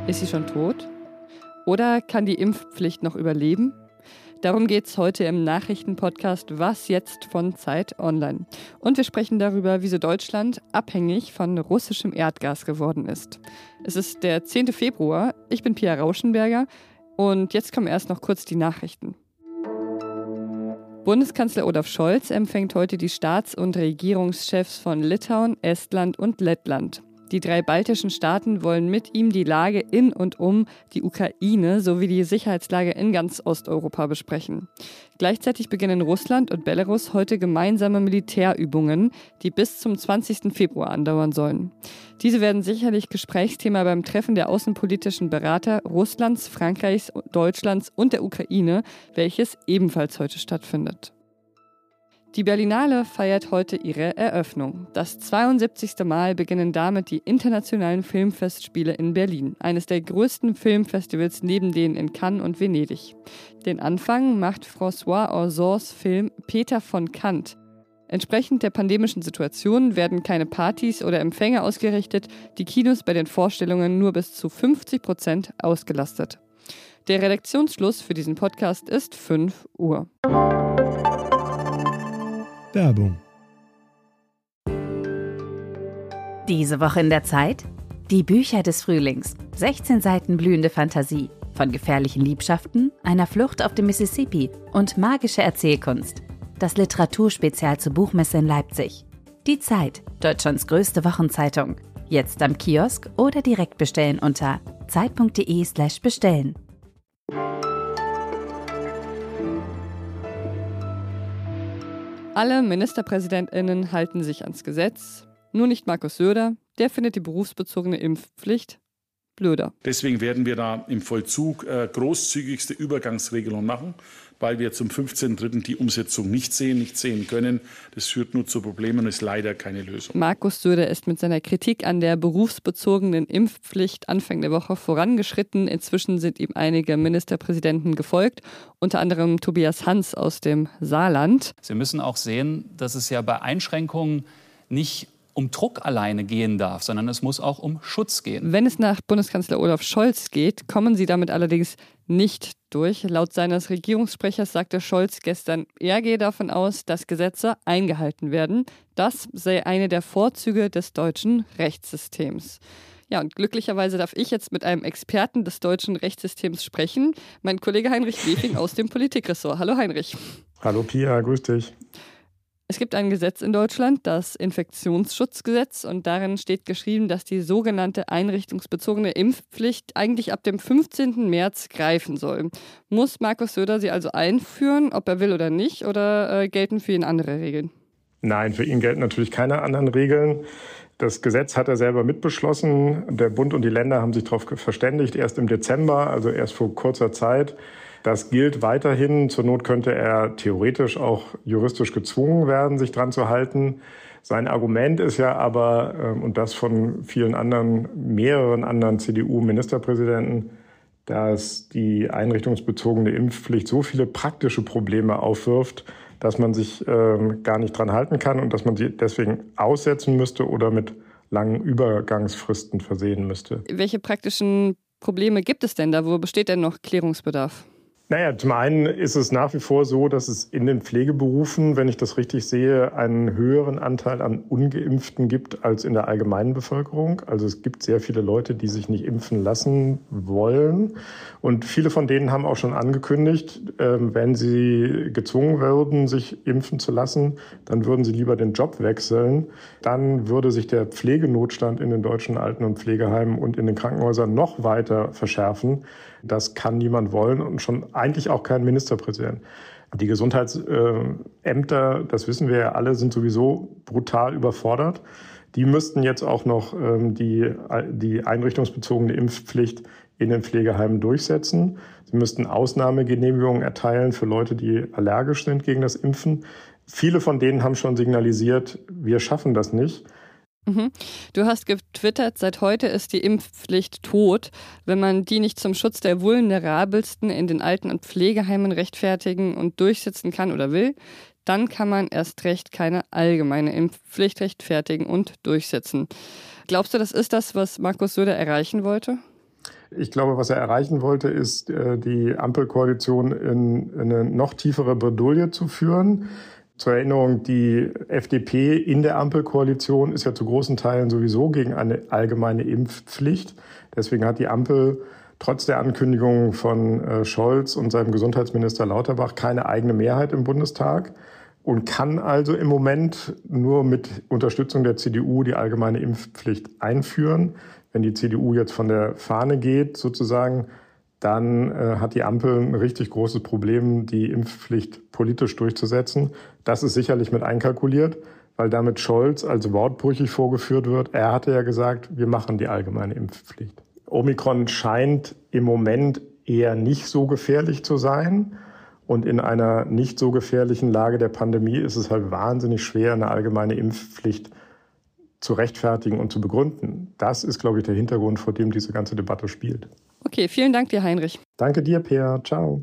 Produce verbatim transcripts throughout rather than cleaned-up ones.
Ist sie schon tot? Oder kann die Impfpflicht noch überleben? Darum geht es heute im Nachrichtenpodcast Was jetzt von Zeit Online. Und wir sprechen darüber, wieso Deutschland abhängig von russischem Erdgas geworden ist. Es ist der zehnten Februar, ich bin Pia Rauschenberger und jetzt kommen erst noch kurz die Nachrichten. Bundeskanzler Olaf Scholz empfängt heute die Staats- und Regierungschefs von Litauen, Estland und Lettland. Die drei baltischen Staaten wollen mit ihm die Lage in und um die Ukraine sowie die Sicherheitslage in ganz Osteuropa besprechen. Gleichzeitig beginnen Russland und Belarus heute gemeinsame Militärübungen, die bis zum zwanzigsten Februar andauern sollen. Diese werden sicherlich Gesprächsthema beim Treffen der außenpolitischen Berater Russlands, Frankreichs, Deutschlands und der Ukraine, welches ebenfalls heute stattfindet. Die Berlinale feiert heute ihre Eröffnung. Das zweiundsiebzigste Mal beginnen damit die internationalen Filmfestspiele in Berlin, eines der größten Filmfestivals neben denen in Cannes und Venedig. Den Anfang macht François Ozons Film Peter von Kant. Entsprechend der pandemischen Situation werden keine Partys oder Empfänge ausgerichtet, die Kinos bei den Vorstellungen nur bis zu fünfzig Prozent ausgelastet. Der Redaktionsschluss für diesen Podcast ist fünf Uhr. Werbung. Diese Woche in der Zeit? Die Bücher des Frühlings. sechzehn Seiten blühende Fantasie. Von gefährlichen Liebschaften, einer Flucht auf dem Mississippi und magische Erzählkunst. Das Literaturspezial zur Buchmesse in Leipzig. Die Zeit, Deutschlands größte Wochenzeitung. Jetzt am Kiosk oder direkt bestellen unter zeit.de slash bestellen. Alle MinisterpräsidentInnen halten sich ans Gesetz, nur nicht Markus Söder, der findet die berufsbezogene Impfpflicht blöder. Deswegen werden wir da im Vollzug äh, großzügigste Übergangsregelung machen, weil wir zum fünfzehnten dritten die Umsetzung nicht sehen, nicht sehen können. Das führt nur zu Problemen und ist leider keine Lösung. Markus Söder ist mit seiner Kritik an der berufsbezogenen Impfpflicht Anfang der Woche vorangeschritten. Inzwischen sind ihm einige Ministerpräsidenten gefolgt, unter anderem Tobias Hans aus dem Saarland. Sie müssen auch sehen, dass es ja bei Einschränkungen nicht um Druck alleine gehen darf, sondern es muss auch um Schutz gehen. Wenn es nach Bundeskanzler Olaf Scholz geht, kommen sie damit allerdings nicht durch. Laut seines Regierungssprechers sagte Scholz gestern, er gehe davon aus, dass Gesetze eingehalten werden. Das sei eine der Vorzüge des deutschen Rechtssystems. Ja, und glücklicherweise darf ich jetzt mit einem Experten des deutschen Rechtssystems sprechen, mein Kollege Heinrich Wefing aus dem Politikressort. Hallo Heinrich. Hallo Pia, grüß dich. Es gibt ein Gesetz in Deutschland, das Infektionsschutzgesetz, und darin steht geschrieben, dass die sogenannte einrichtungsbezogene Impfpflicht eigentlich ab dem fünfzehnten März greifen soll. Muss Markus Söder sie also einführen, ob er will oder nicht, oder äh, gelten für ihn andere Regeln? Nein, für ihn gelten natürlich keine anderen Regeln. Das Gesetz hat er selber mitbeschlossen. Der Bund und die Länder haben sich darauf verständigt, erst im Dezember, also erst vor kurzer Zeit. Das gilt weiterhin. Zur Not könnte er theoretisch auch juristisch gezwungen werden, sich dran zu halten. Sein Argument ist ja aber, und das von vielen anderen, mehreren anderen C D U-Ministerpräsidenten, dass die einrichtungsbezogene Impfpflicht so viele praktische Probleme aufwirft, dass man sich ähm, gar nicht dran halten kann und dass man sie deswegen aussetzen müsste oder mit langen Übergangsfristen versehen müsste. Welche praktischen Probleme gibt es denn da? Wo besteht denn noch Klärungsbedarf? Naja, zum einen ist es nach wie vor so, dass es in den Pflegeberufen, wenn ich das richtig sehe, einen höheren Anteil an Ungeimpften gibt als in der allgemeinen Bevölkerung. Also es gibt sehr viele Leute, die sich nicht impfen lassen wollen. Und viele von denen haben auch schon angekündigt, wenn sie gezwungen würden, sich impfen zu lassen, dann würden sie lieber den Job wechseln. Dann würde sich der Pflegenotstand in den deutschen Alten- und Pflegeheimen und in den Krankenhäusern noch weiter verschärfen. Das kann niemand wollen und schon eigentlich auch kein Ministerpräsident. Die Gesundheitsämter, das wissen wir ja alle, sind sowieso brutal überfordert. Die müssten jetzt auch noch die, die einrichtungsbezogene Impfpflicht in den Pflegeheimen durchsetzen. Sie müssten Ausnahmegenehmigungen erteilen für Leute, die allergisch sind gegen das Impfen. Viele von denen haben schon signalisiert, wir schaffen das nicht. Mhm. Du hast getwittert, seit heute ist die Impfpflicht tot. Wenn man die nicht zum Schutz der Vulnerabelsten in den Alten- und Pflegeheimen rechtfertigen und durchsetzen kann oder will, dann kann man erst recht keine allgemeine Impfpflicht rechtfertigen und durchsetzen. Glaubst du, das ist das, was Markus Söder erreichen wollte? Ich glaube, was er erreichen wollte, ist, die Ampelkoalition in eine noch tiefere Bredouille zu führen. Zur Erinnerung, die F D P in der Ampelkoalition ist ja zu großen Teilen sowieso gegen eine allgemeine Impfpflicht. Deswegen hat die Ampel trotz der Ankündigung von Scholz und seinem Gesundheitsminister Lauterbach keine eigene Mehrheit im Bundestag und kann also im Moment nur mit Unterstützung der C D U die allgemeine Impfpflicht einführen. Wenn die C D U jetzt von der Fahne geht, sozusagen, dann äh, hat die Ampel ein richtig großes Problem, die Impfpflicht politisch durchzusetzen. Das ist sicherlich mit einkalkuliert, weil damit Scholz als wortbrüchig vorgeführt wird. Er hatte ja gesagt, wir machen die allgemeine Impfpflicht. Omikron scheint im Moment eher nicht so gefährlich zu sein. Und in einer nicht so gefährlichen Lage der Pandemie ist es halt wahnsinnig schwer, eine allgemeine Impfpflicht zu rechtfertigen und zu begründen. Das ist, glaube ich, der Hintergrund, vor dem diese ganze Debatte spielt. Okay, vielen Dank dir, Heinrich. Danke dir, Peer. Ciao.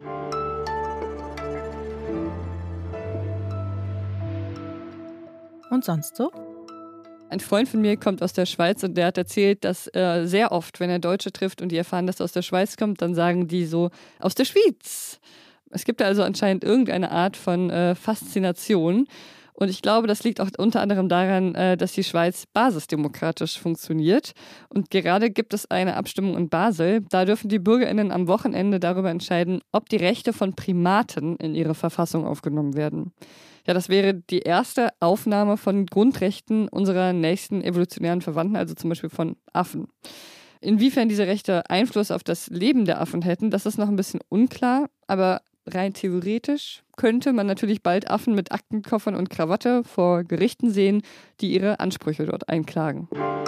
Und sonst so? Ein Freund von mir kommt aus der Schweiz und der hat erzählt, dass äh, sehr oft, wenn er Deutsche trifft und die erfahren, dass er aus der Schweiz kommt, dann sagen die so, aus der Schweiz. Es gibt also anscheinend irgendeine Art von äh, Faszination. Und ich glaube, das liegt auch unter anderem daran, dass die Schweiz basisdemokratisch funktioniert. Und gerade gibt es eine Abstimmung in Basel. Da dürfen die BürgerInnen am Wochenende darüber entscheiden, ob die Rechte von Primaten in ihre Verfassung aufgenommen werden. Ja, das wäre die erste Aufnahme von Grundrechten unserer nächsten evolutionären Verwandten, also zum Beispiel von Affen. Inwiefern diese Rechte Einfluss auf das Leben der Affen hätten, das ist noch ein bisschen unklar, aber rein theoretisch könnte man natürlich bald Affen mit Aktenkoffern und Krawatte vor Gerichten sehen, die ihre Ansprüche dort einklagen.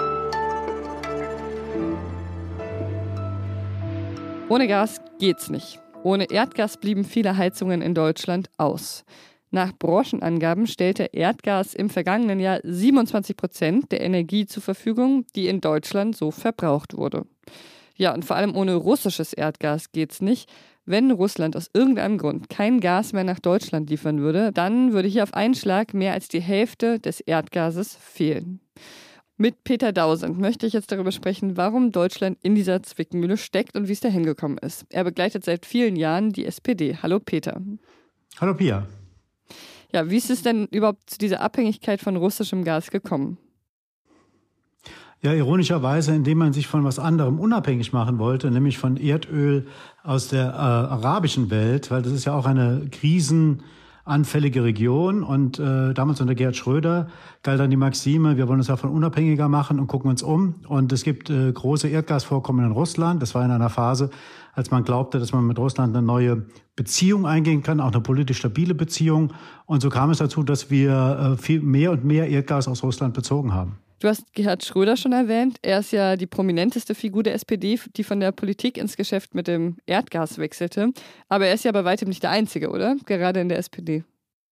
Ohne Gas geht's nicht. Ohne Erdgas blieben viele Heizungen in Deutschland aus. Nach Branchenangaben stellte Erdgas im vergangenen Jahr siebenundzwanzig Prozent der Energie zur Verfügung, die in Deutschland so verbraucht wurde. Ja, und vor allem ohne russisches Erdgas geht's nicht. Wenn Russland aus irgendeinem Grund kein Gas mehr nach Deutschland liefern würde, dann würde hier auf einen Schlag mehr als die Hälfte des Erdgases fehlen. Mit Peter Dausend möchte ich jetzt darüber sprechen, warum Deutschland in dieser Zwickmühle steckt und wie es da hingekommen ist. Er begleitet seit vielen Jahren die S P D. Hallo Peter. Hallo Pia. Ja, wie ist es denn überhaupt zu dieser Abhängigkeit von russischem Gas gekommen? Ja, ironischerweise, indem man sich von was anderem unabhängig machen wollte, nämlich von Erdöl aus der äh, arabischen Welt, weil das ist ja auch eine krisenanfällige Region. Und äh, damals unter Gerhard Schröder galt dann die Maxime, wir wollen uns davon unabhängiger machen und gucken uns um. Und es gibt äh, große Erdgasvorkommen in Russland. Das war in einer Phase, als man glaubte, dass man mit Russland eine neue Beziehung eingehen kann, auch eine politisch stabile Beziehung. Und so kam es dazu, dass wir äh, viel mehr und mehr Erdgas aus Russland bezogen haben. Du hast Gerhard Schröder schon erwähnt. Er ist ja die prominenteste Figur der S P D, die von der Politik ins Geschäft mit dem Erdgas wechselte. Aber er ist ja bei weitem nicht der Einzige, oder? Gerade in der S P D.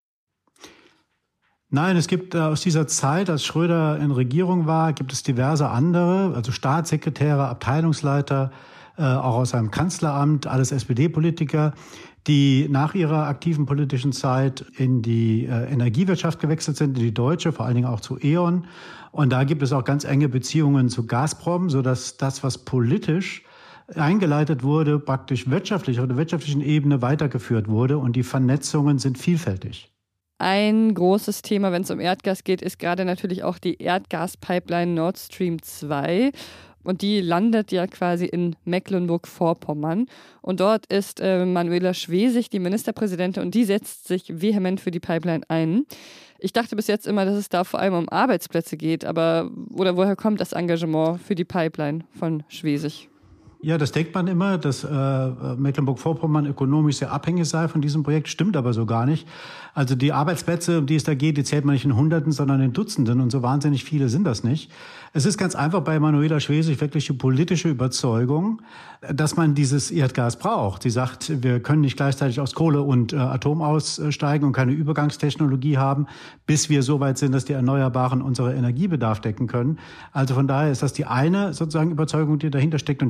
Nein, es gibt äh, aus dieser Zeit, als Schröder in Regierung war, gibt es diverse andere, also Staatssekretäre, Abteilungsleiter, äh, auch aus seinem Kanzleramt, alles S P D-Politiker, die nach ihrer aktiven politischen Zeit in die äh, Energiewirtschaft gewechselt sind, in die deutsche, vor allen Dingen auch zu E.ON. Und da gibt es auch ganz enge Beziehungen zu Gazprom, sodass das, was politisch eingeleitet wurde, praktisch wirtschaftlich auf der wirtschaftlichen Ebene weitergeführt wurde. Und die Vernetzungen sind vielfältig. Ein großes Thema, wenn es um Erdgas geht, ist gerade natürlich auch die Erdgaspipeline Nord Stream zwei. Und die landet ja quasi in Mecklenburg-Vorpommern. Und dort ist äh, Manuela Schwesig, die Ministerpräsidentin, und die setzt sich vehement für die Pipeline ein. Ich dachte bis jetzt immer, dass es da vor allem um Arbeitsplätze geht, aber oder woher kommt das Engagement für die Pipeline von Schwesig? Ja, das denkt man immer, dass äh, Mecklenburg-Vorpommern ökonomisch sehr abhängig sei von diesem Projekt, stimmt aber so gar nicht. Also die Arbeitsplätze, um die es da geht, die zählt man nicht in Hunderten, sondern in Dutzenden und so wahnsinnig viele sind das nicht. Es ist ganz einfach bei Manuela Schwesig wirklich die politische Überzeugung, dass man dieses Erdgas braucht. Sie sagt, wir können nicht gleichzeitig aus Kohle und äh, Atom aussteigen und keine Übergangstechnologie haben, bis wir so weit sind, dass die Erneuerbaren unseren Energiebedarf decken können. Also von daher ist das die eine sozusagen Überzeugung, die dahinter steckt, und die andere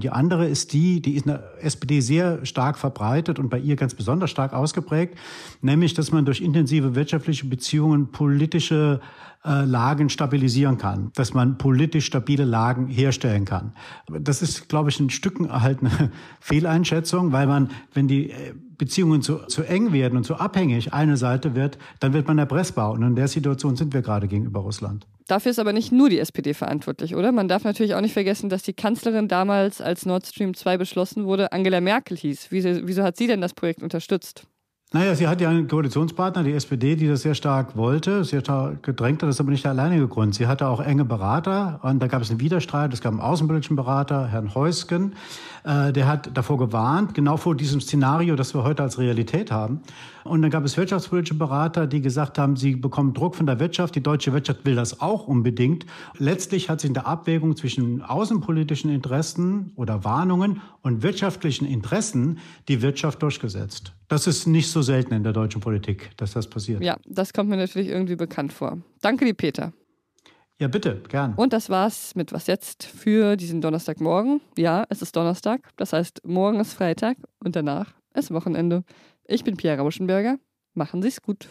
Lehre ist die, die ist in der S P D sehr stark verbreitet und bei ihr ganz besonders stark ausgeprägt, nämlich, dass man durch intensive wirtschaftliche Beziehungen politische äh, Lagen stabilisieren kann, dass man politisch stabile Lagen herstellen kann. Das ist, glaube ich, ein Stück halt eine Fehleinschätzung, weil man, wenn die Beziehungen zu, zu eng werden und zu abhängig eine Seite wird, dann wird man erpressbar. Und in der Situation sind wir gerade gegenüber Russland. Dafür ist aber nicht nur die S P D verantwortlich, oder? Man darf natürlich auch nicht vergessen, dass die Kanzlerin damals, als Nord Stream zwei beschlossen wurde, Angela Merkel hieß. Wieso, wieso hat sie denn das Projekt unterstützt? Naja, sie hat ja einen Koalitionspartner, die S P D, die das sehr stark wollte, sehr stark gedrängt hat. Das ist aber nicht der alleinige Grund. Sie hatte auch enge Berater und da gab es einen Widerstreit. Es gab einen außenpolitischen Berater, Herrn Heusgen. Äh, der hat davor gewarnt, genau vor diesem Szenario, das wir heute als Realität haben. Und dann gab es wirtschaftspolitische Berater, die gesagt haben, sie bekommen Druck von der Wirtschaft. Die deutsche Wirtschaft will das auch unbedingt. Letztlich hat sich in der Abwägung zwischen außenpolitischen Interessen oder Warnungen und wirtschaftlichen Interessen die Wirtschaft durchgesetzt. Das ist nicht so selten in der deutschen Politik, dass das passiert. Ja, das kommt mir natürlich irgendwie bekannt vor. Danke dir, Peter. Ja, bitte, gern. Und das war's mit Was jetzt für diesen Donnerstagmorgen. Ja, es ist Donnerstag, das heißt, morgen ist Freitag und danach ist Wochenende. Ich bin Pia Rauschenberger. Machen Sie's gut.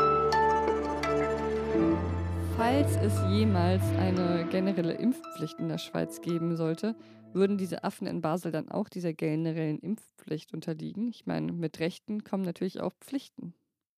Falls es jemals eine generelle Impfpflicht in der Schweiz geben sollte, würden diese Affen in Basel dann auch dieser generellen Impfpflicht unterliegen? Ich meine, mit Rechten kommen natürlich auch Pflichten.